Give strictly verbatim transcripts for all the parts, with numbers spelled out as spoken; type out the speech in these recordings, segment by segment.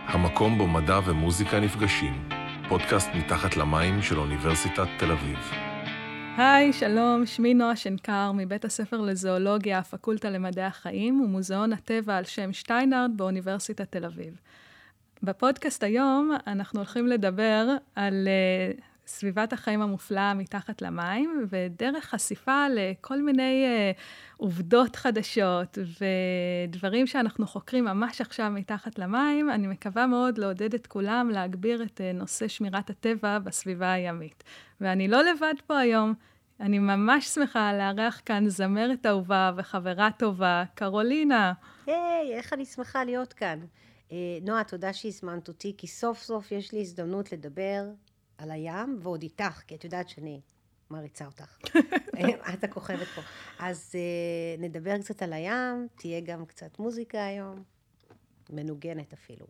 המקום בו מדע ומוזיקה נפגשים. פודקאסט מתחת למים של אוניברסיטת תל אביב. היי, שלום, שמי נועה שנקר מבית הספר לזואולוגיה, הפקולטה למדעי החיים ומוזיאון הטבע על שם שטיינארט באוניברסיטת תל אביב. בפודקאסט היום אנחנו הולכים לדבר על uh, סביבת החיים המופלאה מתחת למים, ודרך חשיפה לכל מיני uh, עובדות חדשות ודברים שאנחנו חוקרים ממש עכשיו מתחת למים. אני מקווה מאוד לעודד את כולם להגביר את uh, נושא שמירת הטבע בסביבה הימית. ואני לא לבד פה היום, אני ממש שמחה לארח כאן זמרת אהובה וחברה טובה, קרולינה. היי, איך אני שמחה להיות כאן. נועה, תודה שהזמנת אותי, כי סוף סוף יש לי הזדמנות לדבר על הים, ועוד איתך, כי את יודעת שאני מריצה אותך. את הכוכבת פה. אז נדבר קצת על הים, תהיה גם קצת מוזיקה היום, מנוגנת אפילו.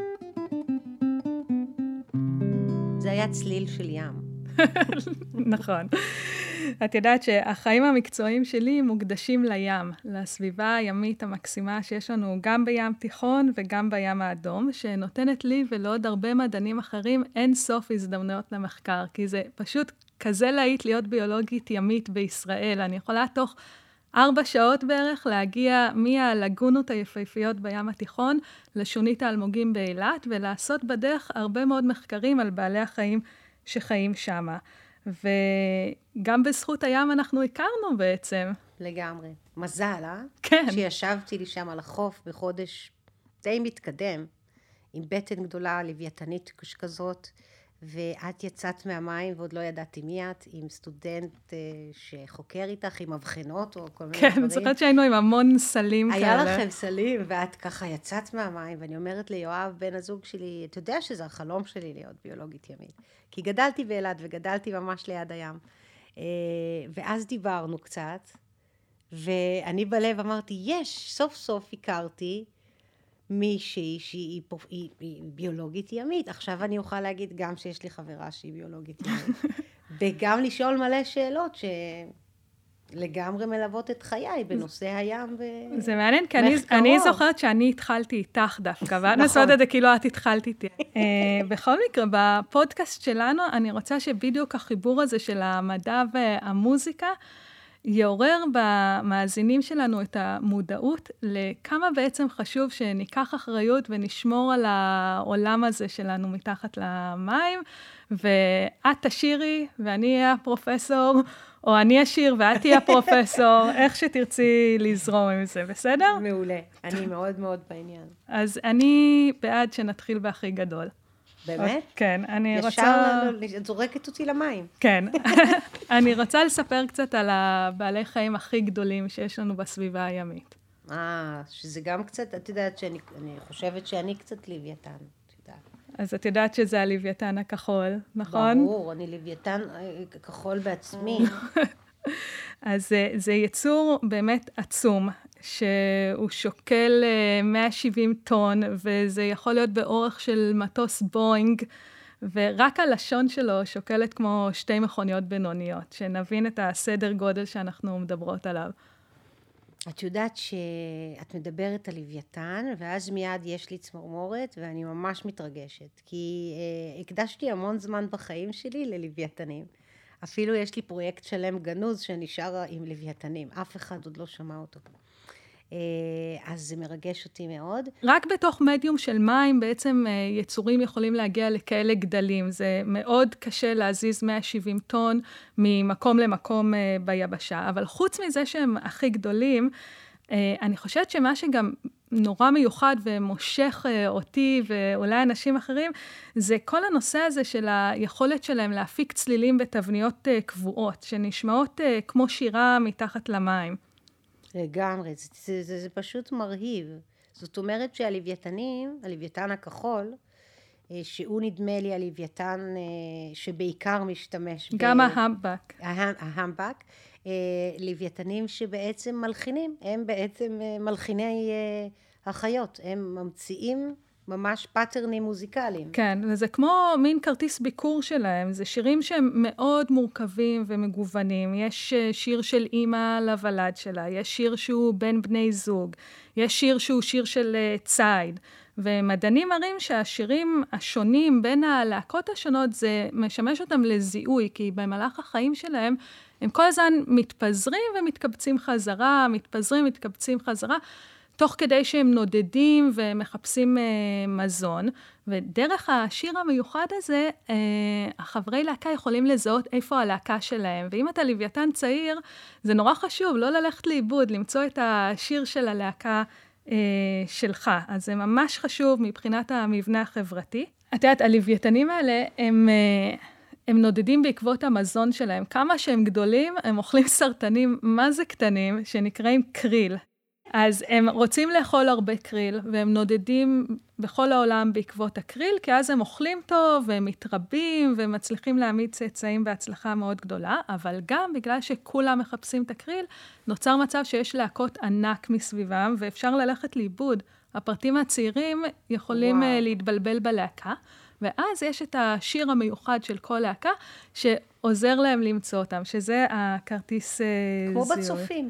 זה היה צליל של ים. נכון. את יודעת שהחיים המקצועיים שלי מוקדשים לים, לסביבה הימית המקסימה שיש לנו גם בים תיכון וגם בים האדום, שנותנת לי ולעוד הרבה מדענים אחרים אין סוף הזדמנויות למחקר, כי זה פשוט כזה להיט להיות ביולוגית ימית בישראל. אני יכולה תוך ארבע שעות בערך להגיע מהלגונות היפהפיות בים התיכון לשונית האלמוגים באילת, ולעשות בדרך הרבה מאוד מחקרים על בעלי החיים שחיים שמה. וגם בזכות הים אנחנו הכרנו בעצם. לגמרי. מזל, אה? כן. שישבתי לי שם על החוף בחודש די מתקדם, עם בטן גדולה, לוויתנית כזאת, ואת יצאת מהמים ועוד לא ידעתי מי את, עם סטודנט שחוקר איתך, עם מבחנות או כל מיני כן, דברים. אני זוכרת שהיינו עם המון סלים היה כאלה. היה לכם סלים, ואת ככה יצאת מהמים, ואני אומרת ליואב, בן הזוג שלי, אתה יודע שזה החלום שלי להיות ביולוגית ימית. כי גדלתי באילת וגדלתי ממש ליד הים. ואז דיברנו קצת, ואני בלב אמרתי, יש, סוף סוף הכרתי מישהי שהיא היא, היא ביולוגית ימית. עכשיו אני אוכל להגיד גם שיש לי חברה שהיא ביולוגית ימית. וגם לשאול מלא שאלות שלגמרי מלוות את חיי בנושא הים ומחקרות. זה מעניין, כי אני, אני זוכרת שאני התחלתי איתך דווקא, ואת נסות את זה כאילו את התחלת איתי. בכל מקרה, בפודקאסט שלנו אני רוצה שבדיוק החיבור הזה של המדע והמוזיקה, יעורר במאזינים שלנו את המודעות לכמה בעצם חשוב שניקח אחריות ונשמור על העולם הזה שלנו מתחת למים, ואת תשירי ואני אהיה הפרופסור, או אני אשיר ואת תהיה הפרופסור, איך שתרצי לזרום עם זה, בסדר? מעולה, אני מאוד מאוד בעניין. אז אני בעד שנתחיל בהכי גדול. באמת? כן, אני רוצה... ישר זורקת אותי למים. כן. אני רוצה לספר קצת על הבעלי חיים הכי גדולים שיש לנו בסביבה הימית. אה, שזה גם קצת, את יודעת שאני אני חושבת שאני קצת לוויתן, את יודעת. אז את יודעת שזה הלוויתן הכחול, נכון? ברור, אני לוויתן כחול בעצמי. אז זה, זה יצור באמת עצום, שהוא שוקל מאה ושבעים טון, וזה יכול להיות באורך של מטוס בוינג, ורק הלשון שלו שוקלת כמו שתי מכוניות בינוניות, שנבין את הסדר גודל שאנחנו מדברות עליו. את יודעת שאת מדברת על לוויתן, ואז מיד יש לי צמרמורת, ואני ממש מתרגשת, כי אה, הקדשתי המון זמן בחיים שלי ללוויתנים. אפילו יש לי פרויקט שלם גנוז שנשאר עם לוויתנים, אף אחד עוד לא שמע אותו. אז זה מרגש אותי מאוד. רק בתוך מדיום של מים בעצם יצורים יכולים להגיע לכאלה גדלים. זה מאוד קשה להזיז מאה ושבעים טון ממקום למקום ביבשה. אבל חוץ מזה שהם הכי גדולים, אני חושבת שמה שגם נורא מיוחד ומושך אותי ואולי אנשים אחרים, זה כל הנושא הזה של היכולת שלהם להפיק צלילים בתבניות קבועות, שנשמעות כמו שירה מתחת למים. לגמרי, זה, זה, זה, זה פשוט מרהיב. זאת אומרת שהלוויתנים, הלוויתן הכחול, שהוא נדמה לי הלוויתן שבעיקר משתמש... גם ב... ההמבק. ההמבק. לוויתנים שבעצם מלחינים, הם בעצם מלחיני החיות, הם ממציאים ממש פאטרנים מוזיקליים. כן, וזה כמו מין כרטיס ביקור שלהם, זה שירים שהם מאוד מורכבים ומגוונים, יש שיר של אימא לוולד שלה, יש שיר שהוא בין בני זוג, יש שיר שהוא שיר של ציד, ומדענים מראים שהשירים השונים בין הלהקות השונות, זה משמש אותם לזיהוי, כי במהלך החיים שלהם, הם כל הזמן מתפזרים ומתקבצים חזרה, מתפזרים ומתקבצים חזרה, תוך כדי שהם נודדים ומחפשים אה, מזון, ודרך השיר המיוחד הזה, אה, החברי להקה יכולים לזהות איפה הלהקה שלהם, ואם אתה לוויתן צעיר, זה נורא חשוב, לא ללכת לאיבוד, למצוא את השיר של הלהקה אה, שלך, אז זה ממש חשוב מבחינת המבנה החברתי. את יודעת, הלוויתנים האלה הם... אה, הם נודדים בעקבות המזון שלהם. כמה שהם גדולים, הם אוכלים סרטנים, מה זה קטנים, שנקראים קריל. אז הם רוצים לאכול הרבה קריל, והם נודדים בכל העולם בעקבות הקריל, כי אז הם אוכלים טוב, והם מתרבים, ומצליחים להעמיד צאצאים בהצלחה מאוד גדולה, אבל גם בגלל שכולם מחפשים את הקריל, נוצר מצב שיש להקות ענק מסביבם, ואפשר ללכת לאיבוד. הפרטים הצעירים יכולים וואו. להתבלבל בלהקה, ואז יש את השיר המיוחד של כל להקה, שעוזר להם למצוא אותם, שזה הכרטיס כמו זיהוי. כמו בצופים.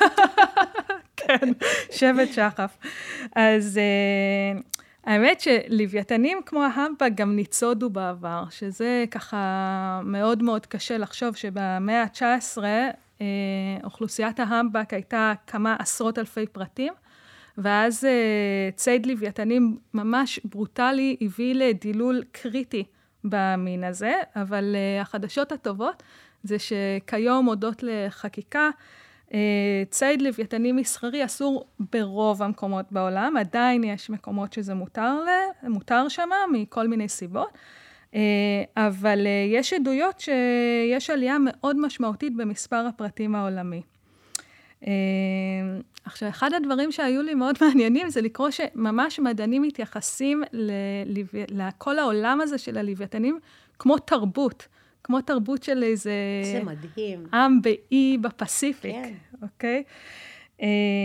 כן, שבט שחף. אז uh, האמת שלוויתנים כמו ההמפה גם ניצודו בעבר, שזה ככה מאוד מאוד קשה לחשוב שבמאה ה-תשע עשרה uh, אוכלוסיית ההמבק הייתה כמה עשרות אלפי פרטים, ואז uh, ציד לוויתנים ממש ברוטלי הביא לדילול קריטי במין הזה, אבל uh, החדשות הטובות זה שכיום הודות לחקיקה, uh, ציד לוויתנים מסחרי אסור ברוב המקומות בעולם, עדיין יש מקומות שזה מותר, לה, מותר שמה מכל מיני סיבות, uh, אבל uh, יש עדויות שיש עלייה מאוד משמעותית במספר הפרטים העולמי. Uh, עכשיו, אחד הדברים שהיו לי מאוד מעניינים זה לקרוא שממש מדענים מתייחסים לכל העולם הזה של הלוויתנים כמו תרבות, כמו תרבות של איזה... זה מדהים. עם באי בפסיפיק, כן. אוקיי? Uh,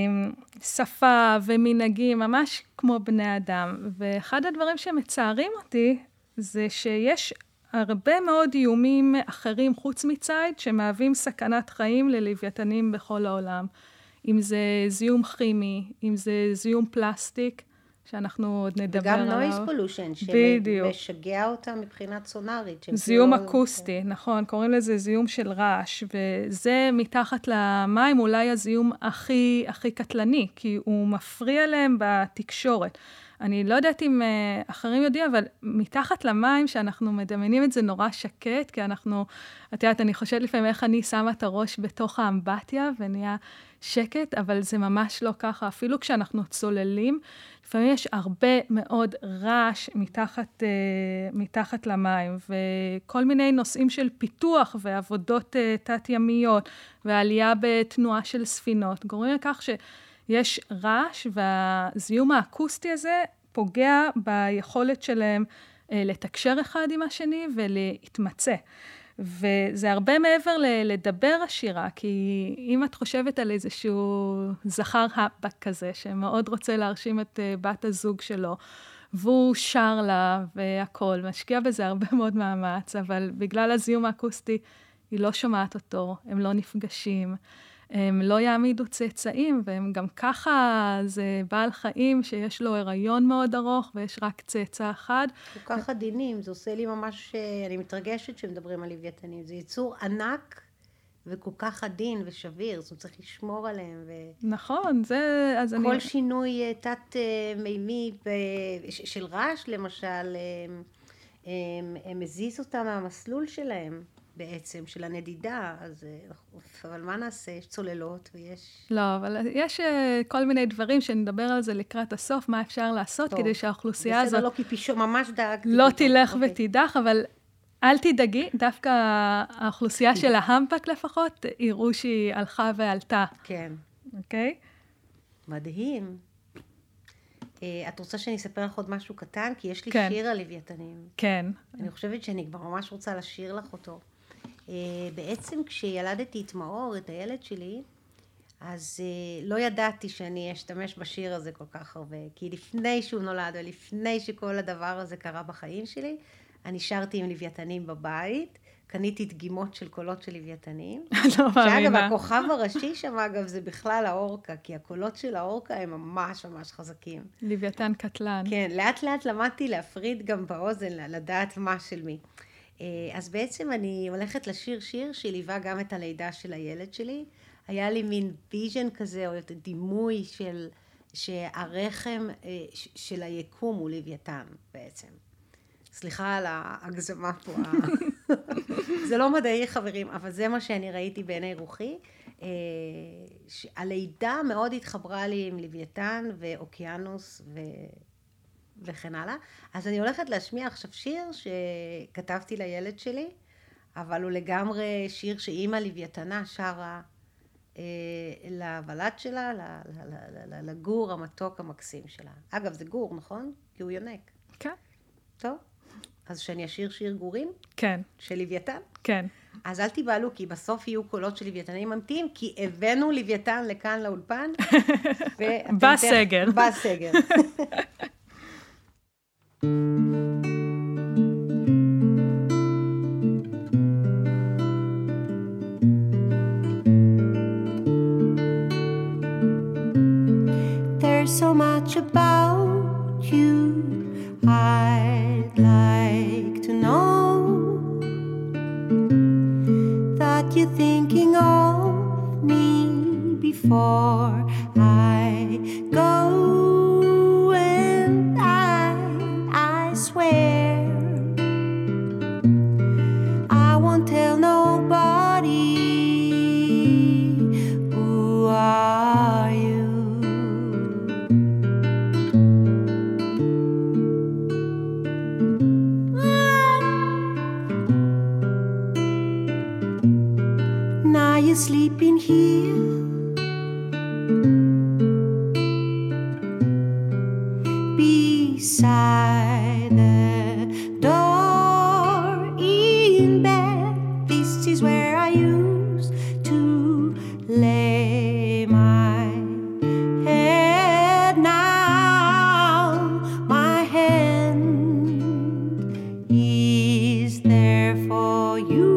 שפה ומנהגים, ממש כמו בני אדם. ואחד הדברים שמצערים אותי זה שיש הרבה מאוד איומים אחרים חוץ מצייד שמהווים סכנת חיים ללוויתנים בכל העולם. אם זה זיהום כימי, אם זה זיהום פלסטיק, שאנחנו עוד נדבר עליו. וגם נויז פולושן, שמשגע אותה מבחינת סונארית. זיהום אקוסטי, נכון, קוראים לזה זיהום של רעש, וזה מתחת למים אולי הזיהום הכי, הכי קטלני, כי הוא מפריע להם בתקשורת. אני לא יודעת אם אחרים יודעים, אבל מתחת למים שאנחנו מדמיינים את זה נורא שקט, כי אנחנו, את יודעת, אני חושבת לפעמים איך אני שמה את הראש בתוך האמבטיה, ונהיה שקט, אבל זה ממש לא ככה. אפילו כשאנחנו צוללים, לפעמים יש הרבה מאוד רעש מתחת, מתחת למים, וכל מיני נושאים של פיתוח ועבודות תת-ימיות, ועלייה בתנועה של ספינות, גורמים לכך ש... יש רעש, והזיהום האקוסטי הזה פוגע ביכולת שלהם אה, לתקשר אחד עם השני ולהתמצא. וזה הרבה מעבר ל- לדבר השירה, כי אם את חושבת על איזשהו זכר הפק כזה, שמאוד רוצה להרשים את אה, בת הזוג שלו, והוא שר לה והכל, משקיע בזה הרבה מאוד מאמץ, אבל בגלל הזיהום האקוסטי היא לא שומעת אותו, הם לא נפגשים, הם לא יעמידו צאצאים, והם גם ככה, זה בעל חיים שיש לו הריון מאוד ארוך, ויש רק צאצא אחד. כל כך עדינים, זה עושה לי ממש, אני מתרגשת שמדברים על לוויתנים, זה יצור ענק, וכל כך עדין ושביר, זאת אומרת, צריך לשמור עליהם. ו... נכון, זה... אז כל אני... שינוי תת מימי של רעש, למשל, מזיז אותם מהמסלול שלהם. בעצם, של הנדידה, אז, אבל מה נעשה? יש צוללות ויש... לא, אבל יש כל מיני דברים שנדבר על זה לקראת הסוף, מה אפשר לעשות טוב, כדי שהאוכלוסייה הזאת... בסדר, לא, כי פישו, ממש דאגתי. לא תלך אוקיי. ותידח, אבל אל תדאגי, דווקא האוכלוסייה של ההמפק לפחות, יראו שהיא הלכה ועלתה. כן. אוקיי? מדהים. את רוצה שאני אספר לך עוד משהו קטן? כי יש לי כן. שיר על לוויתנים. כן. אני חושבת שאני כבר ממש רוצה לשיר לך אותו. בעצם כשילדתי את מאור, את הילד שלי, אז לא ידעתי שאני אשתמש בשיר הזה כל כך הרבה, כי לפני שהוא נולד ולפני שכל הדבר הזה קרה בחיים שלי, אני שרתי עם לוויתנים בבית, קניתי דגימות של קולות של לוויתנים. לא מאמינה. שאגב, הכוכב הראשי שם, אגב, זה בכלל האורקה, כי הקולות של האורקה הם ממש ממש חזקים. לוויתן קטלן. כן, לאט לאט למדתי להפריד גם באוזן, לדעת מה של מי. אז בעצם אני הולכת לשיר שיר שליווה גם את הלידה של הילד שלי. היה לי מין ויז'ן כזה, או דימוי של, שהרחם של היקום הוא לוויתן בעצם. סליחה על ההגזמה פה. זה לא מדעי חברים, אבל זה מה שאני ראיתי בעיני רוחי. הלידה מאוד התחברה לי עם לוויתן ואוקיינוס ו... וכן הלאה. אז אני הולכת להשמיע עכשיו שיר שכתבתי לילד שלי, אבל הוא לגמרי שיר שאימא לוויתנה שרה לוולד שלה, לגור המתוק המקסים שלה. אגב, זה גור, נכון? כי הוא יונק. כן. טוב. אז שאני אשיר שיר גורים? כן. של לוויתן? כן. אז אל תיבהלו, כי בסוף יהיו קולות של לוויתנים ממתים, כי הבאנו לוויתן לכאן לאולפן. בסגר. בסגר. There's so much about you I'd like to know, that you're thinking of me before I go, and I, I swear I won't tell nobody. Who are you? Now you're sleeping here, beside the door in bed. This is where I used to lay my head. Now my hand is there for you.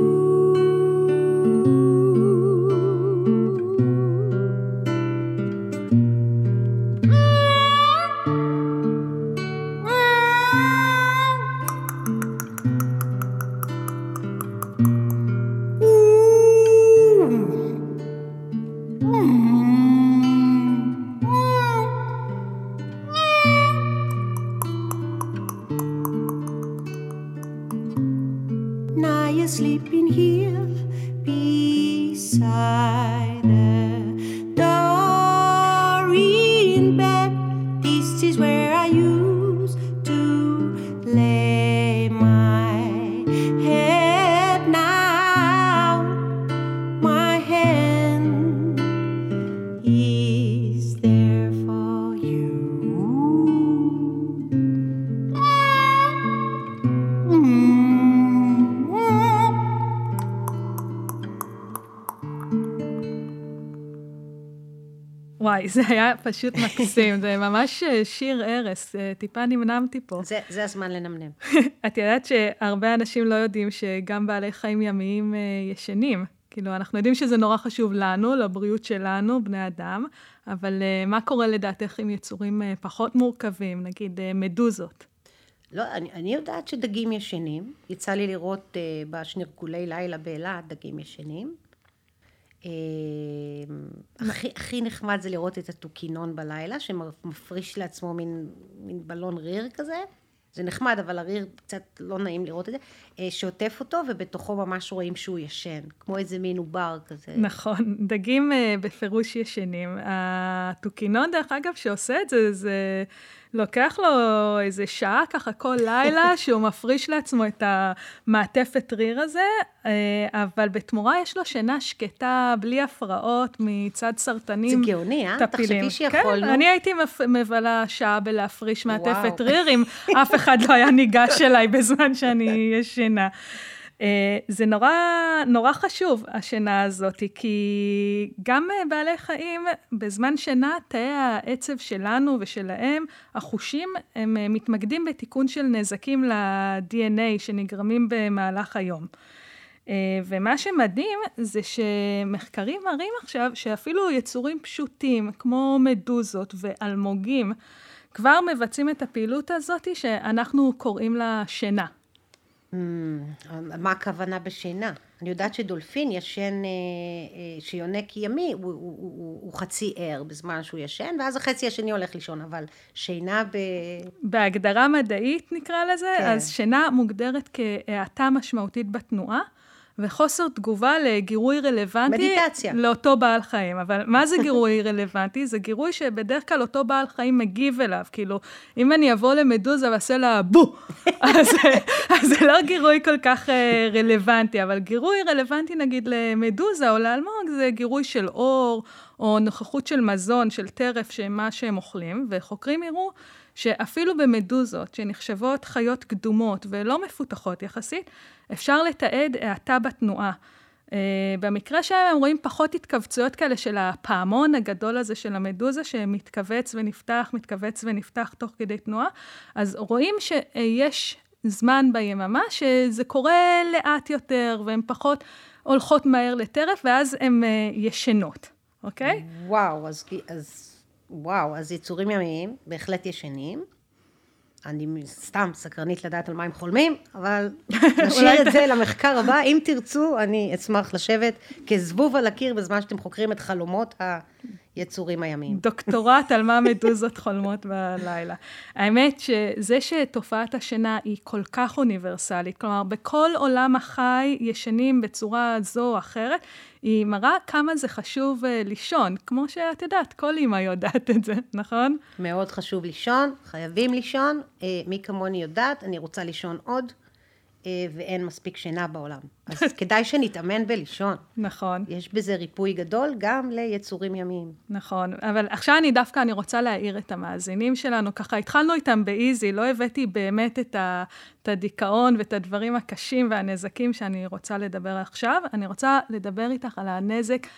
Now you're sleeping here beside the door in bed. This is where I used to lay my head. Now my hand is there for you. וואי, זה היה פשוט מקסים, זה ממש שיר ערס, טיפה נמנמתי פה. זה, זה הזמן לנמנם. את יודעת שהרבה אנשים לא יודעים שגם בעלי חיים ימיים ישנים. כאילו, אנחנו יודעים שזה נורא חשוב לנו, לבריאות שלנו, בני אדם, אבל מה קורה לדעתך עם יצורים פחות מורכבים, נגיד מדוזות? לא, אני, אני יודעת שדגים ישנים. יצא לי לראות uh, בשנרקולי לילה באילת דגים ישנים. Uh, הכי, הכי נחמד זה לראות את הטוקינון בלילה, שמפריש לעצמו מין, מין בלון ריר כזה. זה נחמד, אבל הריר קצת לא נעים לראות את זה. Uh, שעוטף אותו, ובתוכו ממש רואים שהוא ישן. כמו איזה מין עובר כזה. נכון, דגים uh, בפירוש ישנים. הטוקינון, דרך אגב, שעושה את זה, זה... לוקח לו איזה שעה ככה כל לילה, שהוא מפריש לעצמו את המעטפת ריר הזה, אבל בתמורה יש לו שינה שקטה, בלי הפרעות, מצד סרטנים. זה גאוני, אה? תחשבי שיכולנו. כן, אני הייתי מבלה שעה בלהפריש מעטפת ריר, אם אף אחד לא היה ניגש אליי בזמן שאני ישנה. זה נורא, נורא חשוב, השינה הזאת, כי גם בעלי חיים, בזמן שינה, תאי העצב שלנו ושלהם, החושים, הם מתמקדים בתיקון של נזקים ל-די אן איי שנגרמים במהלך היום. ומה שמדהים זה שמחקרים מראים עכשיו שאפילו יצורים פשוטים, כמו מדוזות ואלמוגים, כבר מבצעים את הפעילות הזאת שאנחנו קוראים לה שינה. מה הכוונה בשינה? אני יודעת שדולפין ישן, שיונק ימי, הוא, הוא, הוא, הוא חצי ער בזמן שהוא ישן, ואז החצי השני הולך לישון, אבל שינה ב... בהגדרה מדעית נקרא לזה, כן. אז שינה מוגדרת כהאטה משמעותית בתנועה, וחוסר תגובה לגירוי רלוונטי מדיטציה. לאותו בעל חיים. אבל מה זה גירוי רלוונטי? זה גירוי שבדרך כלל אותו בעל חיים מגיב אליו. כאילו, אם אני אבוא למדוזה ועשה לה בו, אז, אז זה לא גירוי כל כך רלוונטי, אבל גירוי רלוונטי נגיד למדוזה או לאלמוג, זה גירוי של אור, או נוכחות של מזון, של טרף, שמה שהם אוכלים, וחוקרים יראו שאפילו במדוזות, שנחשבות חיות קדומות ולא מפותחות יחסית, אפשר לתעד האטה בתנועה. Uh, במקרה שלהם הם רואים פחות התכווצויות כאלה של הפעמון הגדול הזה של המדוזה, שמתכווץ ונפתח, מתכווץ ונפתח תוך כדי תנועה. אז רואים שיש זמן ביממה שזה קורה לאט יותר, והן פחות הולכות מהר לטרף, ואז הן uh, ישנות, אוקיי? וואו, אז... אז... וואו, אז יצורים ימיים, בהחלט ישנים. אני סתם סקרנית לדעת על מה הם חולמים, אבל נשאיר את זה למחקר הבא. אם תרצו, אני אשמח לשבת כזבוב על הקיר בזמן שאתם חוקרים את חלומות היצורים הימיים. דוקטורט על מה מדוזות חולמות בלילה. האמת שזה שתופעת השינה היא כל כך אוניברסלית, כלומר, בכל עולם החי ישנים בצורה זו או אחרת, היא מראה כמה זה חשוב לישון, כמו שאת יודעת, כל אמא יודעת את זה, נכון? מאוד חשוב לישון, חייבים לישון, מי כמוני יודעת, אני רוצה לישון עוד, ואין מספיק שינה בעולם. אז כדאי שנתאמן בלישון. נכון. יש בזה ריפוי גדול גם ליצורים ימיים. נכון, אבל עכשיו אני דווקא, אני רוצה להעיר את המאזינים שלנו, ככה התחלנו איתם באיזי, לא הבאתי באמת את, ה, את הדיכאון ואת הדברים הקשים והנזקים שאני רוצה לדבר עכשיו, אני רוצה לדבר איתך על הנזק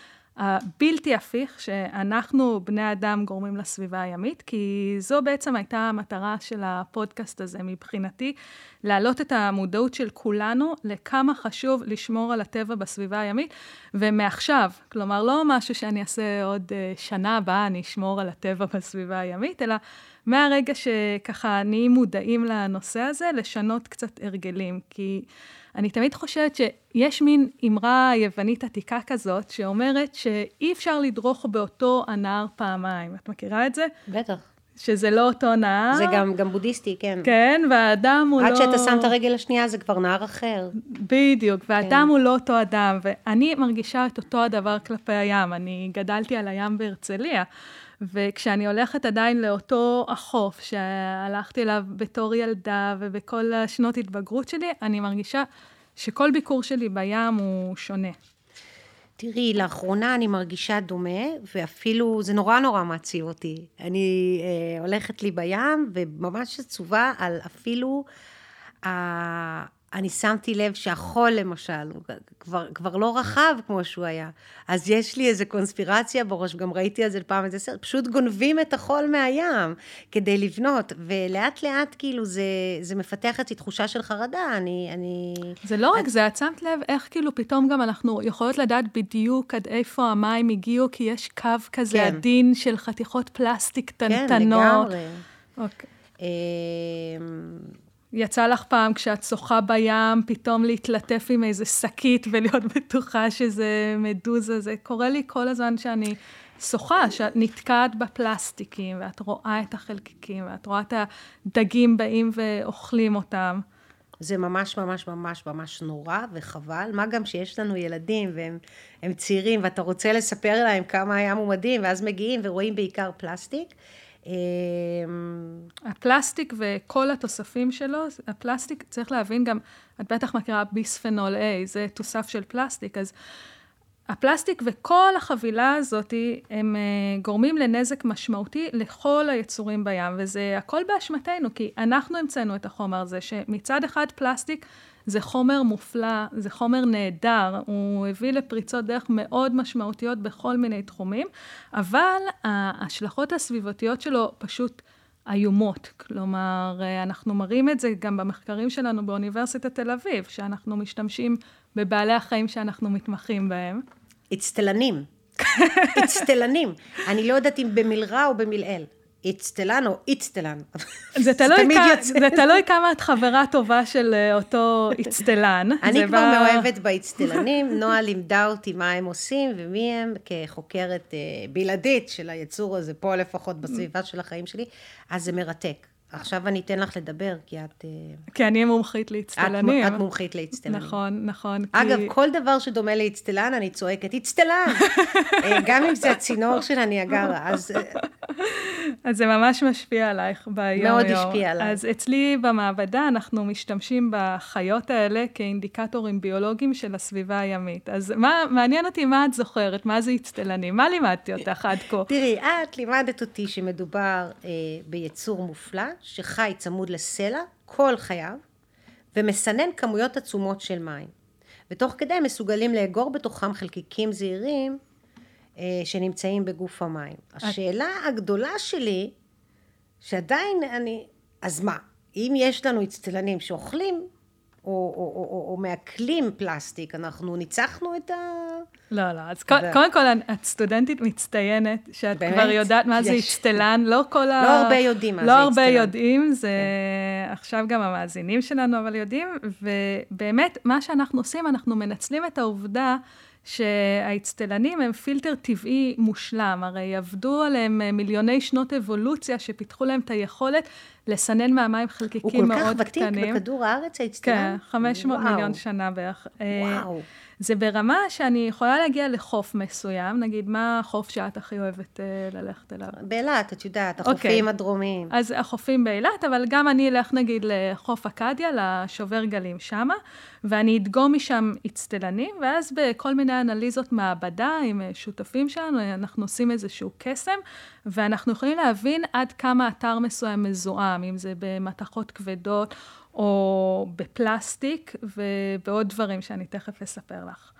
הבלתי הפיך שאנחנו בני אדם גורמים לסביבה הימית, כי זו בעצם הייתה המטרה של הפודקאסט הזה מבחינתי, להעלות את המודעות של כולנו לכמה חשוב לשמור על הטבע בסביבה הימית, ומעכשיו, כלומר לא משהו שאני אעשה עוד שנה הבאה, אני אשמור על הטבע בסביבה הימית, אלא מהרגע שככה נהיים מודעים לנושא הזה, לשנות קצת הרגלים, כי אני תמיד חושבת שיש מין אמרה יוונית עתיקה כזאת, שאומרת שאי אפשר לדרוך באותו הנהר פעמיים. את מכירה את זה? בטח. שזה לא אותו נהר. זה גם, גם בודהיסטי, כן. כן, והאדם הוא עד לא... עד שאתה שם את הרגל השנייה, זה כבר נהר אחר. בדיוק, והאדם כן. הוא לא אותו אדם, ואני מרגישה את אותו הדבר כלפי הים. אני גדלתי על הים בהרצליה, וכשאני הולכת עדיין לאותו החוף, שהלכתי אליו בתור ילדה, ובכל השנות התבגרות שלי, אני מרגישה שכל ביקור שלי בים הוא שונה. תראי, לאחרונה אני מרגישה דומה, ואפילו זה נורא נורא מעציב אותי. אני אה, הולכת לי בים, וממש עצובה על אפילו, אה, אני שמתי לב שהחול למשל, הוא כבר, כבר לא רחב כמו שהוא היה. אז יש לי איזו קונספירציה בראש, גם ראיתי על זה פעם איזה סרט, פשוט גונבים את החול מהים כדי לבנות, ולאט לאט כאילו זה, זה מפתח את תחושה של חרדה, אני... אני... זה לא רק זה, את שמת לב איך כאילו פתאום גם אנחנו יכולות לדעת בדיוק עד איפה המים הגיעו, כי יש קו כזה כן. עדין של חתיכות פלסטיק טנטנות. כן, לגמרי. אוקיי. יצא לך פעם כשאת שוחה בים, פתאום להתלטף עם איזה שקית ולהיות בטוחה שזה מדוזה, זה קורה לי כל הזמן שאני שוחה, שאת נתקעת בפלסטיקים, ואת רואה את החלקיקים, ואת רואה את הדגים באים ואוכלים אותם. זה ממש ממש ממש ממש נורא וחבל, מה גם שיש לנו ילדים והם הם צעירים, ואתה רוצה לספר להם כמה הים הוא מדהים, ואז מגיעים ורואים בעיקר פלסטיק, הפלסטיק וכל התוספים שלו, הפלסטיק צריך להבין גם, את בטח מכירה ביספנול A, זה תוסף של פלסטיק, אז הפלסטיק וכל החבילה הזאת, הם גורמים לנזק משמעותי לכל היצורים בים, וזה הכל באשמתנו, כי אנחנו המצאנו את החומר הזה, שמצד אחד פלסטיק זה חומר מופלא, זה חומר נהדר, הוא הביא לפריצות דרך מאוד משמעותיות בכל מיני תחומים, אבל ההשלכות הסביבתיות שלו פשוט איומות. כלומר, אנחנו מראים את זה גם במחקרים שלנו באוניברסיטת תל אביב, שאנחנו משתמשים בבעלי החיים שאנחנו מתמחים בהם. אצטלנים. אצטלנים. אני לא יודעת אם במלרע או במלעיל. אצטלן או אצטלן. זה תלוי, כ... זה תלוי כמה את חברה טובה של אותו אצטלן. אני כבר בא... מאוהבת באצטלנים, נועה לימדה אותי מה הם עושים ומי הם כחוקרת בלעדית של היצור הזה, פה לפחות בסביבה של החיים שלי, אז זה מרתק. עכשיו אני אתן לך לדבר, כי את... כי אני מומחית להצטלנים. את, את מומחית להצטלנים. נכון, נכון. אגב, כי... כל דבר שדומה להצטלן, אני צועקת, הצטלן! גם אם זה הצינור של הניאגרה, אז... אז זה ממש משפיע עלייך ביום-יום. מאוד השפיע עליי. אז אצלי במעבדה אנחנו משתמשים בחיות האלה כאינדיקטורים ביולוגיים של הסביבה הימית. אז מה, מעניין אותי מה את זוכרת, מה זה הצטלנים, מה לימדתי אותך עד כה? תראי, את לימדת אותי שמדובר אה, ביצור מופלא, שחי צמוד לסלע, כל חייו, ומסנן כמויות עצומות של מים. ותוך כדי הם מסוגלים לאגור בתוכם חלקיקים זעירים, שנמצאים בגוף המים. השאלה הגדולה שלי, שעדיין אני, אז מה, אם יש לנו אצטלנים שאוכלים, או, או, או, או, או מעכלים פלסטיק, אנחנו ניצחנו את ה... לא, לא, אז קודם כל, את סטודנטית מצטיינת, שאת כבר יודעת מה זה אצטלן, לא כל ה... לא הרבה יודעים מה זה אצטלן. לא הרבה יודעים, זה עכשיו גם המאזינים שלנו, אבל יודעים, ובאמת, מה שאנחנו עושים, אנחנו מנצלים את העובדה, שהאצטלנים הם פילטר טבעי מושלם, הרי עבדו עליהם מיליוני שנות אבולוציה, שפיתחו להם את היכולת לסנן מהמים חלקיקים מאוד קטנים. הוא כל כך ותיק בכדור הארץ, האצטלן? כן, חמש מאות מיליון שנה בערך. וואו. זה ברמה שאני יכולה להגיע לחוף מסוים, נגיד, מה החוף שאת הכי אוהבת ללכת אליו? באילת, את יודעת, החופים okay. הדרומיים. אז החופים באילת, אבל גם אני אלך, נגיד, לחוף אקדיה, לשובר גלים שמה, ואני אדגום משם אצטלנים, ואז בכל מיני אנליזות מעבדה עם שותפים שלנו, אנחנו עושים איזשהו קסם, ואנחנו יכולים להבין עד כמה אתר מסוים מזוהם, אם זה במתכות כבדות, או בפלסטיק, ובעוד דברים שאני תכף אספר לך.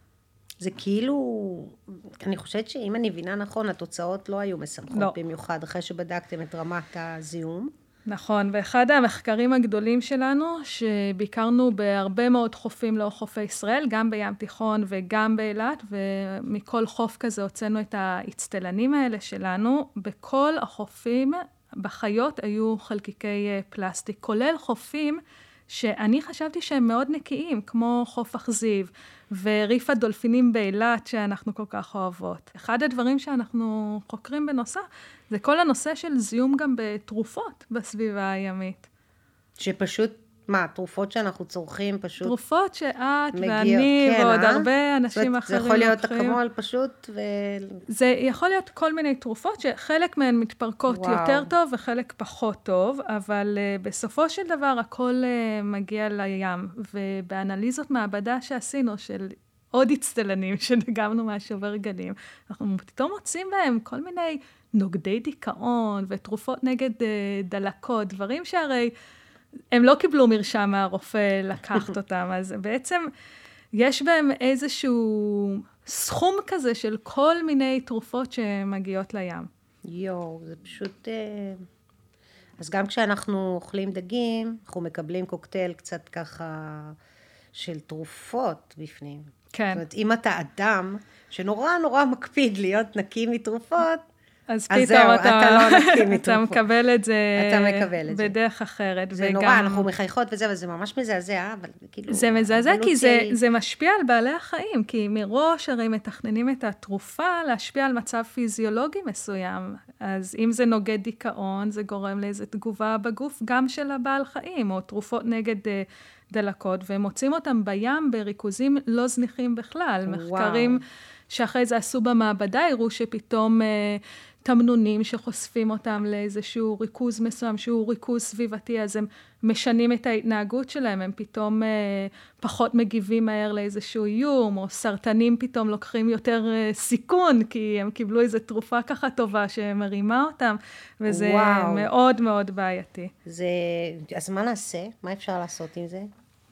זה כאילו, אני חושבת שאם אני מבינה נכון, התוצאות לא היו משמחות לא. במיוחד, אחרי שבדקתם את רמת הזיהום. נכון, ואחד המחקרים הגדולים שלנו, שביקרנו בהרבה מאוד חופים לאורך חופי ישראל, גם בים תיכון וגם באילת, ומכל חוף כזה הוצאנו את האצטלנים האלה שלנו, בכל החופים, בחיות היו חלקיקי פלסטיק, כולל חופים שאני חשבתי שהם מאוד נקיים, כמו חוף אכזיב וריף הדולפינים באילת שאנחנו כל כך אוהבות. אחד הדברים שאנחנו חוקרים בנוסף, זה כל הנושא של זיהום גם בתרופות בסביבה הימית. שפשוט, מה, תרופות שאנחנו צורכים פשוט... תרופות שאת מגיע, ואני כן, ועוד אה? הרבה אנשים אחרים זה יכול להיות אקמול פשוט ו... זה יכול להיות כל מיני תרופות שחלק מהן מתפרקות וואו. יותר טוב וחלק פחות טוב, אבל uh, בסופו של דבר הכל uh, מגיע לים. ובאנליזות מעבדה שעשינו של עוד אצטלנים שדגמנו מהשובר גלים, אנחנו פתאום מוצאים בהם כל מיני נוגדי דיכאון ותרופות נגד uh, דלקות, דברים שהרי... הם לא קיבלו מרשם מהרופא לקחת אותם, אז בעצם יש בהם איזשהו סכום כזה של כל מיני תרופות שמגיעות לים. יו, זה פשוט... אז גם כשאנחנו אוכלים דגים, אנחנו מקבלים קוקטייל קצת ככה של תרופות בפנים. כן. זאת אומרת, אם אתה אדם שנורא נורא מקפיד להיות נקי מתרופות, אז פתאום אתה, אתה לא נקי מתרופות. אתה מקבל את זה, אתה מקבל את בדרך זה. אחרת. זה וגם, נורא, אנחנו מחייכות וזה, אבל זה ממש מזעזע, אבל כאילו... זה מזעזע כי זה, זה משפיע על בעלי החיים, כי מראש הרי מתכננים את התרופה להשפיע על מצב פיזיולוגי מסוים. אז אם זה נוגד דיכאון, זה גורם לאיזו תגובה בגוף, גם של הבעל חיים, או תרופות נגד דלקות, והם מוצאים אותם בים בריכוזים לא זניחים בכלל. וואו. מחקרים שאחרי זה עשו במעבדה, הראו שפתאום... תמנונים שחושפים אותם לאיזשהו ריכוז מסוים, שהוא ריכוז סביבתי, אז הם משנים את ההתנהגות שלהם, הם פתאום אה, פחות מגיבים מהר לאיזשהו איום, או סרטנים פתאום לוקחים יותר אה, סיכון, כי הם קיבלו איזו תרופה ככה טובה שמרימה אותם, וזה וואו. מאוד מאוד בעייתי. זה, אז מה נעשה? מה אפשר לעשות עם זה?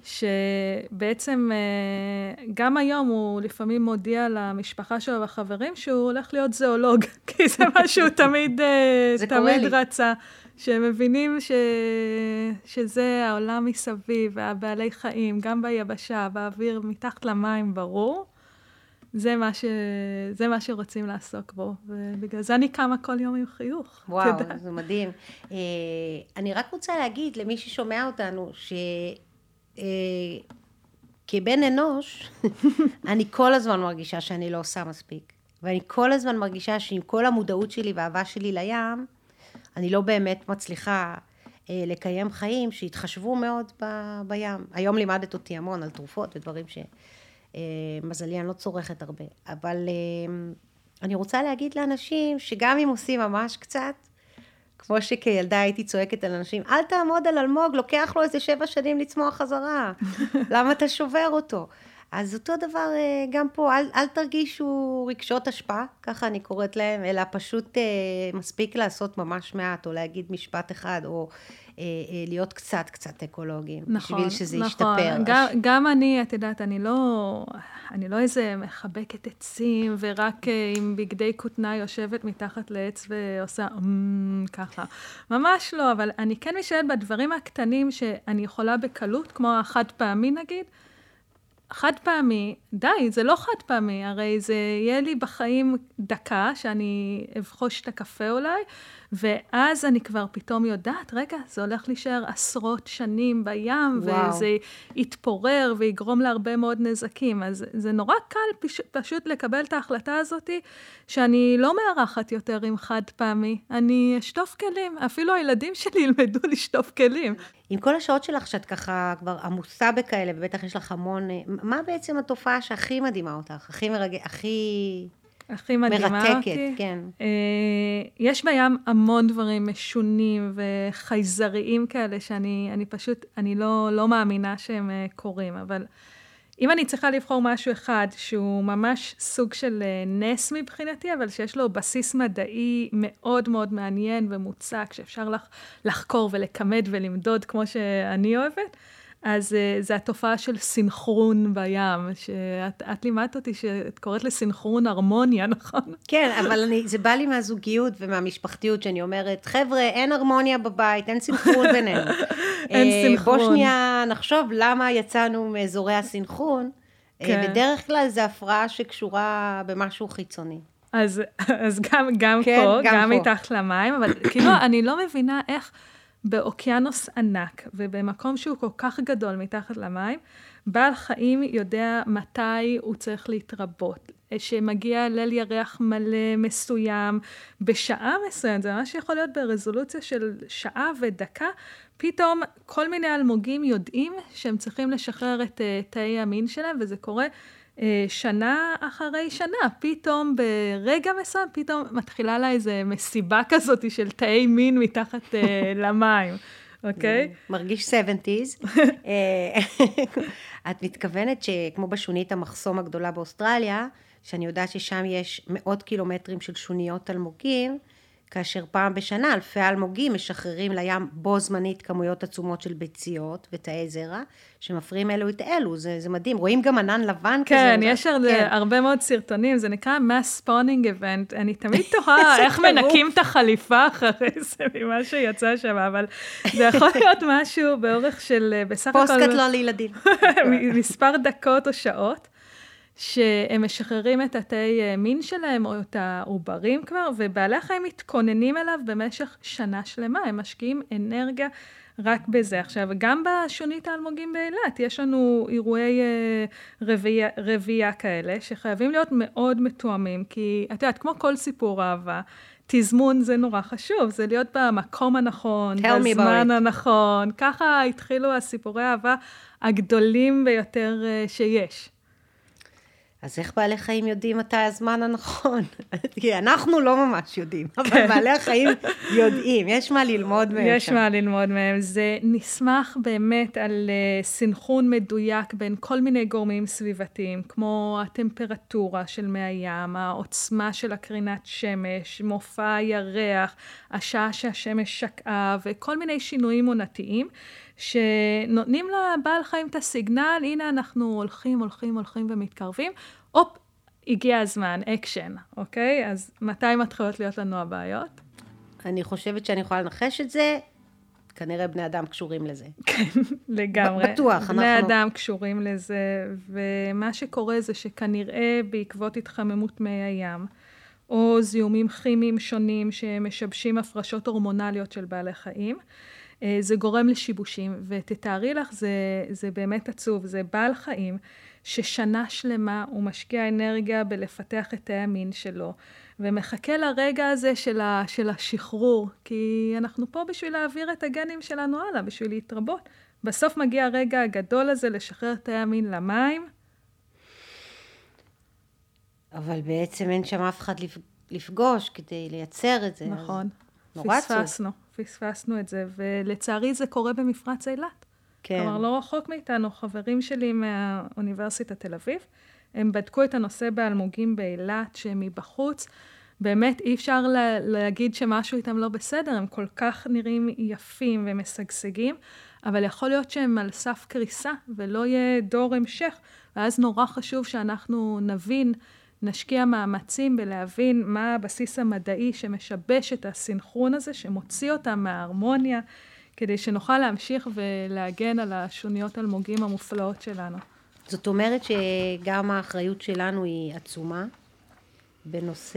שבעצם גם היום הוא לפעמים מודיע למשפחה שלו והחברים שהוא הולך להיות זואולוג, כי זה מה שהוא תמיד, תמיד רצה. שהם מבינים ש... שזה העולם מסביב, והבעלי חיים, גם ביבשה, באוויר, מתחת למים, ברור. זה מה, ש... זה מה שרוצים לעסוק בו, ובגלל זה אני קמה כל יום עם חיוך. וואו, תדע. זה מדהים. אני רק רוצה להגיד למי ששומע אותנו, שכבן אנוש, אני כל הזמן מרגישה שאני לא עושה מספיק. ואני כל הזמן מרגישה שעם כל המודעות שלי והאהבה שלי לים, אני לא באמת מצליחה אה, לקיים חיים שהתחשבו מאוד ב, בים. היום לימדת אותי המון על תרופות ודברים שמזלי אני לא צורכת הרבה. אבל אה, אני רוצה להגיד לאנשים שגם אם עושים ממש קצת, כמו שכילדה הייתי צועקת על אנשים, אל תעמוד על אלמוג, לוקח לו איזה שבע שנים לצמוח חזרה. למה אתה שובר אותו? אז אותו דבר גם פה, אל, אל תרגישו רגשות השפעה, ככה אני קוראת להם, אלא פשוט אה, מספיק לעשות ממש מעט, או להגיד משפט אחד, או אה, אה, להיות קצת, קצת אקולוגיים, נכון, בשביל שזה נכון. ישתפר. גם, הש... גם אני, את יודעת, אני לא, אני לא איזה מחבקת עצים, ורק אה, עם בגדי כותנה יושבת מתחת לעץ ועושה אממ, ככה. ממש לא, אבל אני כן משאלת בדברים הקטנים שאני יכולה בקלות, כמו החד פעמי נגיד, חד פעמי, די, זה לא חד פעמי, הרי זה יהיה לי בחיים דקה, שאני אבחוש את הקפה אולי, ואז אני כבר פתאום יודעת, רגע, זה הולך להישאר עשרות שנים בים, וואו. וזה יתפורר ויגרום להרבה מאוד נזקים, אז זה נורא קל פש... פשוט לקבל את ההחלטה הזאת, שאני לא מערכת יותר עם חד פעמי, אני אשטוף כלים, אפילו הילדים שלי ילמדו לשטוף כלים. עם כל השעות שלך שאת ככה כבר עמוסה בכאלה, ובטח יש לך המון, מה בעצם התופעה שהכי מדהימה אותך, הכי מרג... הכי... הכי מדהימה מרתקת, אותי. כן. אה, יש בים המון דברים משונים וחייזריים כאלה, שאני אני פשוט, אני לא, לא מאמינה שהם אה, קורים, אבל אם אני צריכה לבחור משהו אחד, שהוא ממש סוג של אה, נס מבחינתי, אבל שיש לו בסיס מדעי מאוד מאוד מעניין ומוצק, שאפשר לח, לחקור ולכמד ולמדוד כמו שאני אוהבת, אז uh, זה התופעה של סינכרון בים, שאת את לימדת אותי שאת קוראת לסינכרון הרמוניה, נכון? כן, אבל אני, זה בא לי מהזוגיות ומהמשפחתיות, שאני אומרת, חבר'ה, אין הרמוניה בבית, אין סינכרון בינינו. אין סינכרון. בוא שנייה נחשוב למה יצאנו מאזורי הסינכרון, כן. בדרך כלל זה הפרעה שקשורה במשהו חיצוני. אז, אז גם, גם כן, פה, גם, גם פה. מתחת למים, אבל כאילו אני לא מבינה איך באוקיינוס ענק, ובמקום שהוא כל כך גדול מתחת למים, בעל חיים יודע מתי הוא צריך להתרבות, שמגיע ליל ירח מלא מסוים, בשעה מסוימת, זה ממש יכול להיות ברזולוציה של שעה ודקה, פתאום כל מיני אלמוגים יודעים שהם צריכים לשחרר את תאי המין שלהם, וזה קורה שנה אחרי שנה, פתאום ברגע מסוים, פתאום מתחילה לה איזה מסיבה כזאת של תאי מין מתחת למים, אוקיי? מרגיש שבעים. את מתכוונת שכמו בשונית המחסום הגדולה באוסטרליה, שאני יודעת ששם יש מאות קילומטרים של שוניות אלמוגים, כאשר פעם בשנה אלפי אלמוגים משחררים לים בו זמנית כמויות עצומות של ביציות ותאי זרע, שמפריעים אלו את אלו, זה, זה מדהים, רואים גם ענן לבן כן, כזה. כן, יש הרבה, הרבה מאוד סרטונים, זה נקרא mass spawning event, אני תמיד תוהה איך מנקים את החליפה אחרי זה, ממה שיצא שם, אבל זה יכול להיות משהו באורך של, בסך הכל... פוסטקאסט לא לילדים. מספר דקות או שעות. שהם משחררים את התאי מין שלהם, או את העוברים כבר, ובעלי החיים מתכוננים אליו במשך שנה שלמה, הם משקיעים אנרגיה רק בזה. עכשיו, גם בשונית האלמוגים באילת, יש לנו אירועי רבייה, רבייה כאלה, שחייבים להיות מאוד מתואמים, כי את יודעת, כמו כל סיפור אהבה, תזמון זה נורא חשוב, זה להיות במקום הנכון, בזמן הנכון, ככה התחילו הסיפורי האהבה הגדולים ביותר שיש. אז איך בעלי חיים יודעים מתי הזמן הנכון? כי אנחנו לא ממש יודעים, אבל בעלי החיים יודעים, יש מה ללמוד מהם. יש מה ללמוד מהם, זה נסמך באמת על סנכרון מדויק בין כל מיני גורמים סביבתיים, כמו הטמפרטורה של מי הים, העוצמה של הקרינת שמש, מופע הירח, השעה שהשמש שקעה, וכל מיני שינויים עונתיים, שנותנים לבעל חיים את הסיגנל, הנה אנחנו הולכים, הולכים, הולכים ומתקרבים, הופ, הגיע הזמן, אקשן, אוקיי? אז מתי מתחילות להיות לנו הבעיות? אני חושבת שאני יכולה לנחש את זה, כנראה בני אדם קשורים לזה. כן, לגמרי. בטוח, אנחנו... בני אדם קשורים לזה, ומה שקורה זה שכנראה בעקבות התחממות מי הים, או זיהומים כימיים שונים שמשבשים הפרשות הורמונליות של בעלי חיים, זה גורם לשיבושים, ותתארי לך, זה, זה באמת עצוב, זה בעל חיים ששנה שלמה הוא משקיע אנרגיה בלפתח את תאי המין שלו, ומחכה לרגע הזה של, ה, של השחרור, כי אנחנו פה בשביל להעביר את הגנים שלנו הלאה, בשביל להתרבות. בסוף מגיע הרגע הגדול הזה לשחרר את תאי המין למים. אבל בעצם אין שם אף אחד לפגוש כדי לייצר את זה. נכון. נורא עצוב. פספסנו, פספסנו את זה, ולצערי זה קורה במפרץ אילת. כן. כלומר, לא רחוק מאיתנו, חברים שלי מהאוניברסיטת תל אביב, הם בדקו את הנושא באלמוגים באילת, שהם מבחוץ, באמת אי אפשר לה, להגיד שמשהו איתם לא בסדר, הם כל כך נראים יפים ומשגשגים, אבל יכול להיות שהם על סף קריסה, ולא יהיה דור המשך, ואז נורא חשוב שאנחנו נבין, נשקיע מאמצים בלהבין מה הבסיס המדעי שמשבש את הסינכרון הזה, שמוציא אותם מההרמוניה, כדי שנוכל להמשיך ולהגן על השוניות אלמוגים המופלאות שלנו. זאת אומרת שגם האחריות שלנו היא עצומה, בנושא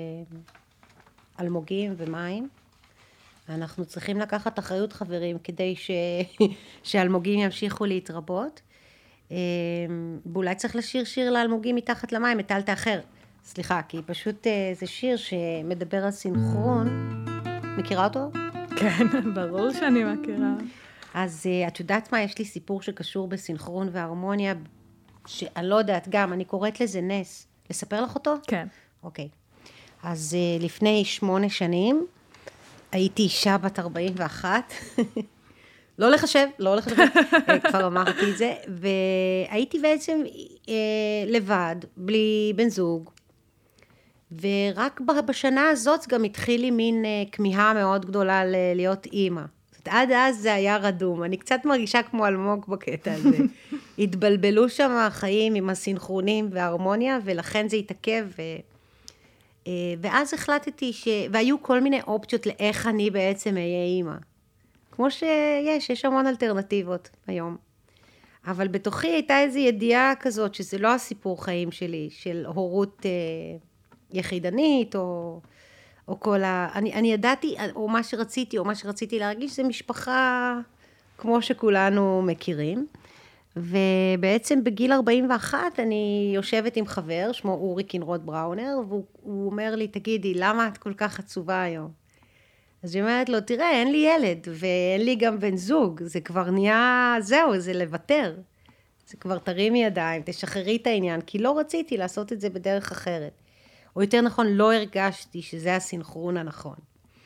אלמוגים ומים. אנחנו צריכים לקחת אחריות, חברים, כדי ש... שאלמוגים ימשיכו להתרבות. ואולי צריך לשיר שיר לאלמוגים מתחת למים, את אלת האחר. סליחה, כי פשוט זה שיר שמדבר על סינכרון. מכירה אותו? כן, ברור שאני מכירה. אז את יודעת מה? יש לי סיפור שקשור בסינכרון והרמוניה, שאני לא יודעת גם, אני קוראת לזה נס. לספר לך אותו? כן. אוקיי. אז לפני שמונה שנים, הייתי אישה בת ארבעים ואחת, לא לחשב, לא לחשב, כבר אמרתי את זה, והייתי בעצם לבד, בלי בן זוג, ורק בשנה הזאת גם התחיל לי מין כמיהה מאוד גדולה להיות אימא. עד אז זה היה רדום, אני קצת מרגישה כמו אלמוג בקטע הזה. התבלבלו שם החיים עם הסינכרונים וההרמוניה, ולכן זה התעכב, ו... ואז החלטתי ש... והיו כל מיני אופציות לאיך אני בעצם אהיה אימא. כמו שיש, יש המון אלטרנטיבות היום. אבל בתוכי הייתה איזו ידיעה כזאת, שזה לא הסיפור חיים שלי, של הורות אה, יחידנית, או, או כל ה... אני, אני ידעתי, או מה שרציתי, או מה שרציתי להרגיש, זה משפחה כמו שכולנו מכירים. ובעצם בגיל ארבעים ואחת אני יושבת עם חבר, שמו אורי קינרוד בראונר, והוא אומר לי, תגידי, למה את כל כך עצובה היום? אז היא אומרת לו, תראה, אין לי ילד, ואין לי גם בן זוג, זה כבר נהיה, זהו, זה לוותר. זה כבר תרימי ידיים, תשחררי את העניין, כי לא רציתי לעשות את זה בדרך אחרת. או יותר נכון, לא הרגשתי שזה הסינכרון הנכון.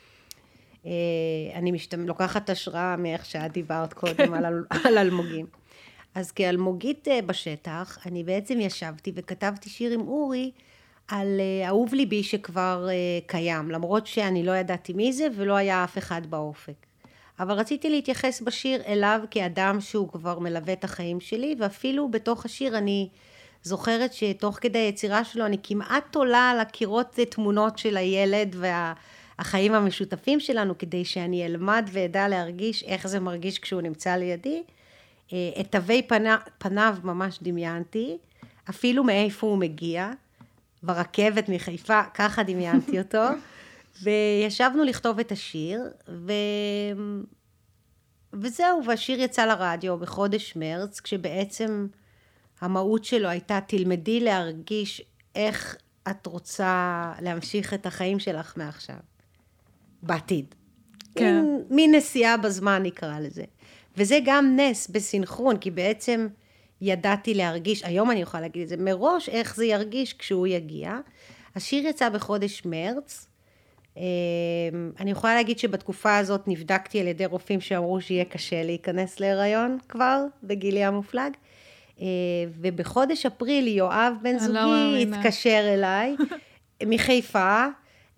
אני משתמש, לוקחת השראה מאיך שאת דיברת קודם על, על אלמוגים. אז כאלמוגית בשטח, אני בעצם ישבתי וכתבתי שיר עם אורי, על אהוב ליבי שכבר קיים, למרות שאני לא ידעתי מי זה ולא היה אף אחד באופק. אבל רציתי להתייחס בשיר אליו כאדם שהוא כבר מלווה את החיים שלי, ואפילו בתוך השיר אני זוכרת שתוך כדי היצירה שלו אני כמעט תולה על הקירות תמונות של הילד והחיים המשותפים שלנו, כדי שאני אלמד וידע להרגיש איך זה מרגיש כשהוא נמצא לידי. את תווי פניו ממש דמיינתי, אפילו מאיפה הוא מגיע, ברכבת מחיפה, ככה דמיינתי אותו, וישבנו לכתוב את השיר, ו... וזהו, והשיר יצא לרדיו בחודש מרץ, כשבעצם המהות שלו הייתה, תלמדי להרגיש איך את רוצה להמשיך את החיים שלך מעכשיו, בעתיד. כן. מין, מין נסיעה בזמן נקרא לזה. וזה גם נס בסינכרון, כי בעצם ידעתי להרגיש, היום אני יכולה להגיד את זה, מראש איך זה ירגיש כשהוא יגיע. השיר יצא בחודש מרץ, אני יכולה להגיד שבתקופה הזאת נבדקתי על ידי רופאים שאמרו שיהיה קשה להיכנס להיריון כבר, בגילי המופלג, ובחודש אפריל יואב בן זוגי התקשר אליי מחיפה,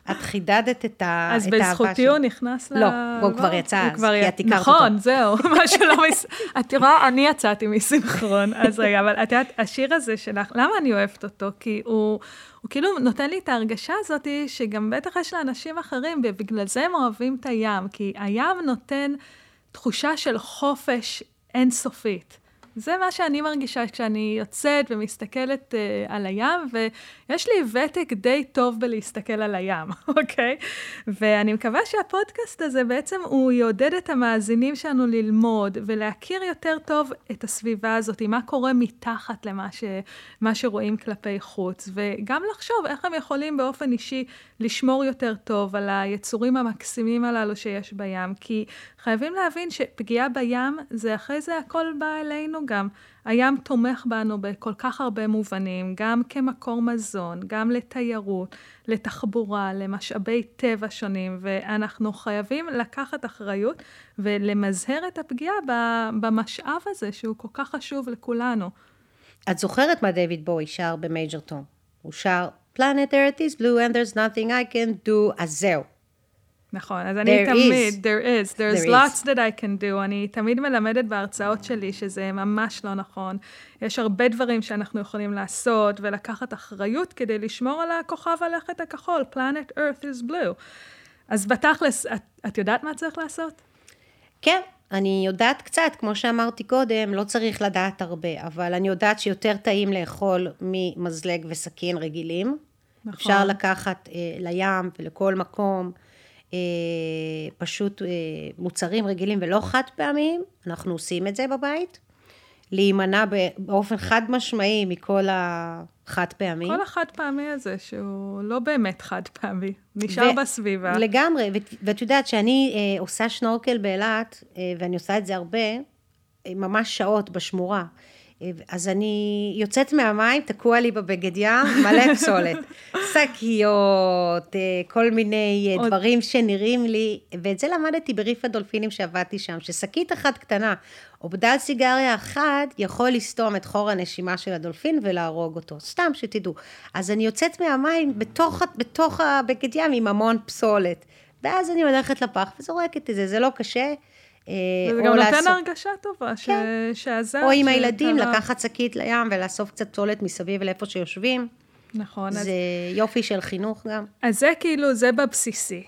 את חידדת את האהבה אז בזכותי הוא נכנס ל... לא, הוא כבר יצא אז, כי את הכרת אותו. נכון, זהו, משהו לא מס... את רואה, אני יצאתי מסינכרון, אז רגע, אבל את יודעת, השיר הזה שלך, למה אני אוהבת אותו? כי הוא, הוא כאילו נותן לי את ההרגשה הזאת, שגם בטח יש לאנשים אחרים, ובגלל זה הם אוהבים את הים, כי הים נותן תחושה של חופש אינסופית. זה מה שאני מרגישה כשאני יוצאת ומסתכלת uh, על הים, ויש לי ותק די טוב בלהסתכל על הים, אוקיי? ואני מקווה שהפודקאסט הזה בעצם הוא יעודד את המאזינים שלנו ללמוד, ולהכיר יותר טוב את הסביבה הזאת, מה קורה מתחת למה ש, מה שרואים כלפי חוץ, וגם לחשוב איך הם יכולים באופן אישי לשמור יותר טוב על היצורים המקסימים הללו שיש בים, כי חייבים להבין שפגיעה בים זה אחרי זה הכל בא אלינו גם. הים תומך בנו בכל כך הרבה מובנים, גם כמקור מזון, גם לתיירות, לתחבורה, למשאבי טבע שונים, ואנחנו חייבים לקחת אחריות ולמזהר את הפגיעה במשאב הזה שהוא כל כך חשוב לכולנו. את זוכרת מה דיוויד בואי שר במייג'ר טום? הוא שר Planet Earth is blue and there's nothing I can do, אז זהו. נכון, אז אני תמיד, is. there is, there's there lots is. that I can do, אני תמיד מלמדת בהרצאות שלי שזה ממש לא נכון. יש הרבה דברים שאנחנו יכולים לעשות ולקחת אחריות כדי לשמור על הכוכב הלכת הכחול, Planet Earth is blue. אז בתכלס, את, את יודעת מה צריך לעשות? כן, אני יודעת קצת, כמו שאמרתי קודם, לא צריך לדעת הרבה, אבל אני יודעת שיותר טעים לאכול ממזלג וסכין רגילים. נכון. אפשר לקחת אה, לים ולכל מקום, אה, פשוט אה, מוצרים רגילים ולא חד פעמים, אנחנו עושים את זה בבית, להימנע באופן חד משמעי מכל החד פעמי. כל החד פעמי הזה שהוא לא באמת חד פעמי, נשאר ו- בסביבה. לגמרי, ו- ואת יודעת שאני אה, עושה שנורקל באילת, אה, ואני עושה את זה הרבה, אה, ממש שעות בשמורה, אז אני יוצאת מהמים, תקוע לי בבגד ים, מלא פסולת. שקיות, כל מיני דברים שנראים לי, ואת זה למדתי בריף הדולפינים שעבדתי שם, ששקית אחת קטנה, או בדל סיגריה אחת, יכול לסתום את חור הנשימה של הדולפין ולהרוג אותו. סתם שתדעו. אז אני יוצאת מהמים בתוך, בתוך הבגד ים עם המון פסולת. ואז אני הולכת לפח וזורקת את זה, זה לא קשה. וזה גם נותן הרגשה טובה, שעזר. או עם הילדים, לקחת שקית לים ולאסוף קצת פסולת מסביב לאיפה שיושבים. נכון. זה יופי של חינוך גם. אז זה כאילו, זה בבסיסי.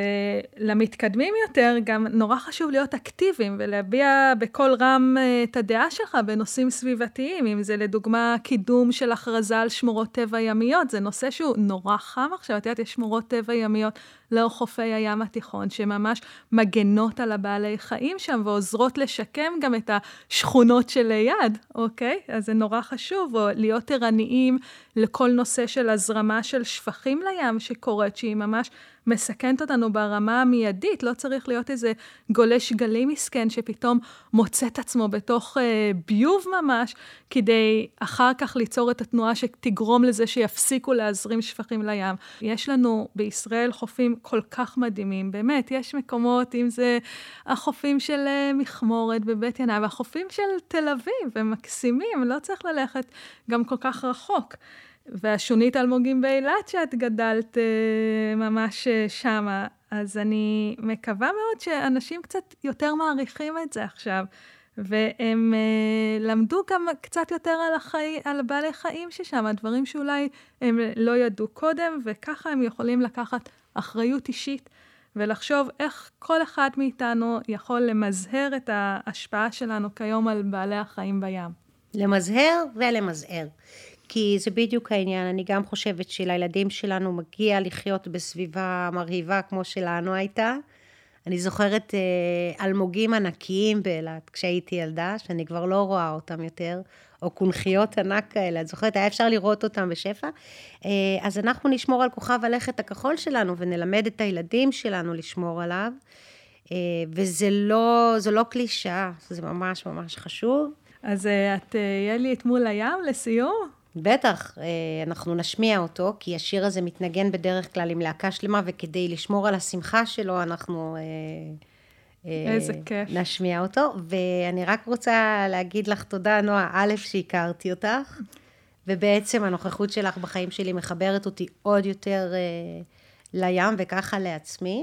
ולמתקדמים יותר, גם נורא חשוב להיות אקטיביים, ולהביע בכל רם את הדעה שלך בנושאים סביבתיים, אם זה לדוגמה קידום של הכרזה על שמורות טבע ימיות, זה נושא שהוא נורא חם עכשיו, את יודעת, יש שמורות טבע ימיות לאור חופי הים התיכון, שממש מגנות על הבעלי חיים שם, ועוזרות לשקם גם את השכונות שליד, אוקיי? אז זה נורא חשוב, או להיות ערניים לכל נושא של הזרמה של שפכים לים שקורית, שהיא ממש מסכנת אותנו ברמה המיידית, לא צריך להיות איזה גולש גלי מסכן, שפתאום מוצא את עצמו בתוך אה, ביוב ממש, כדי אחר כך ליצור את התנועה שתגרום לזה שיפסיקו להזרים שפכים לים. יש לנו בישראל חופים כל כך מדהימים, באמת, יש מקומות, אם זה החופים של אה, מכמורת בבית ינאי, והחופים של תל אביב, הם מקסימים, לא צריך ללכת גם כל כך רחוק. והשונית אלמוגים באילת שאת גדלת uh, ממש uh, שמה, אז אני מקווה מאוד שאנשים קצת יותר מעריכים את זה עכשיו, והם uh, למדו גם קצת יותר על, החי... על בעלי חיים ששם, הדברים שאולי הם לא ידעו קודם, וככה הם יכולים לקחת אחריות אישית, ולחשוב איך כל אחד מאיתנו יכול למזהר את ההשפעה שלנו כיום על בעלי החיים בים. למזהר ולמזהר. כי זה בדיוק העניין, אני גם חושבת שלילדים שלנו מגיע לחיות בסביבה מרהיבה כמו שלנו הייתה. אני זוכרת אה, אלמוגים ענקיים באילת כשהייתי ילדה, שאני כבר לא רואה אותם יותר, או קונחיות ענק כאלה, את זוכרת, היה אפשר לראות אותם בשפע. אה, אז אנחנו נשמור על כוכב הלכת הכחול שלנו, ונלמד את הילדים שלנו לשמור עליו, אה, וזה לא, זה לא קלישה, זה ממש ממש חשוב. אז את יהיה לי את מול הים לסיום? בטח, אנחנו נשמיע אותו, כי השיר הזה מתנגן בדרך כלל עם להקה שלמה, וכדי לשמור על השמחה שלו, אנחנו איזה כיף. נשמיע אותו. ואני רק רוצה להגיד לך תודה, נועה, א', שהכרתי אותך, ובעצם הנוכחות שלך בחיים שלי מחברת אותי עוד יותר לים וככה לעצמי.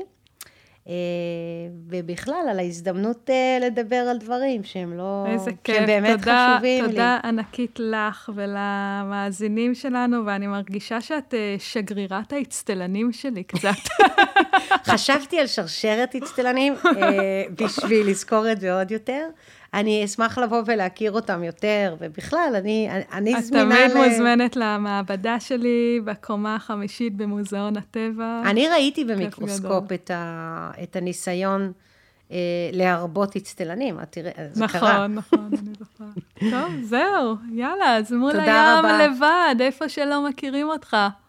ובכלל, על ההזדמנות לדבר על דברים שהם לא... איזה כיף. שהם באמת תודה, חשובים לי. תודה ענקית לך ולמאזינים שלנו, ואני מרגישה שאת שגרירת האצטלנים שלי קצת. חשבתי על שרשרת אצטלנים בשביל לזכור את זה עוד יותר. אני אשמח לבוא ולהכיר אותם יותר, ובכלל, אני, אני זמינה... את תמיד מוזמנת למעבדה שלי, בקומה החמישית במוזיאון הטבע. אני ראיתי במיקרוסקופ את, ה, את הניסיון אה, להרבות אצטלנים, את תראה, זה נכון, קרה. נכון, אני זוכרת. טוב, זהו, יאללה, אז מול תודה הים רבה. לבד, איפה שלא מכירים אותך.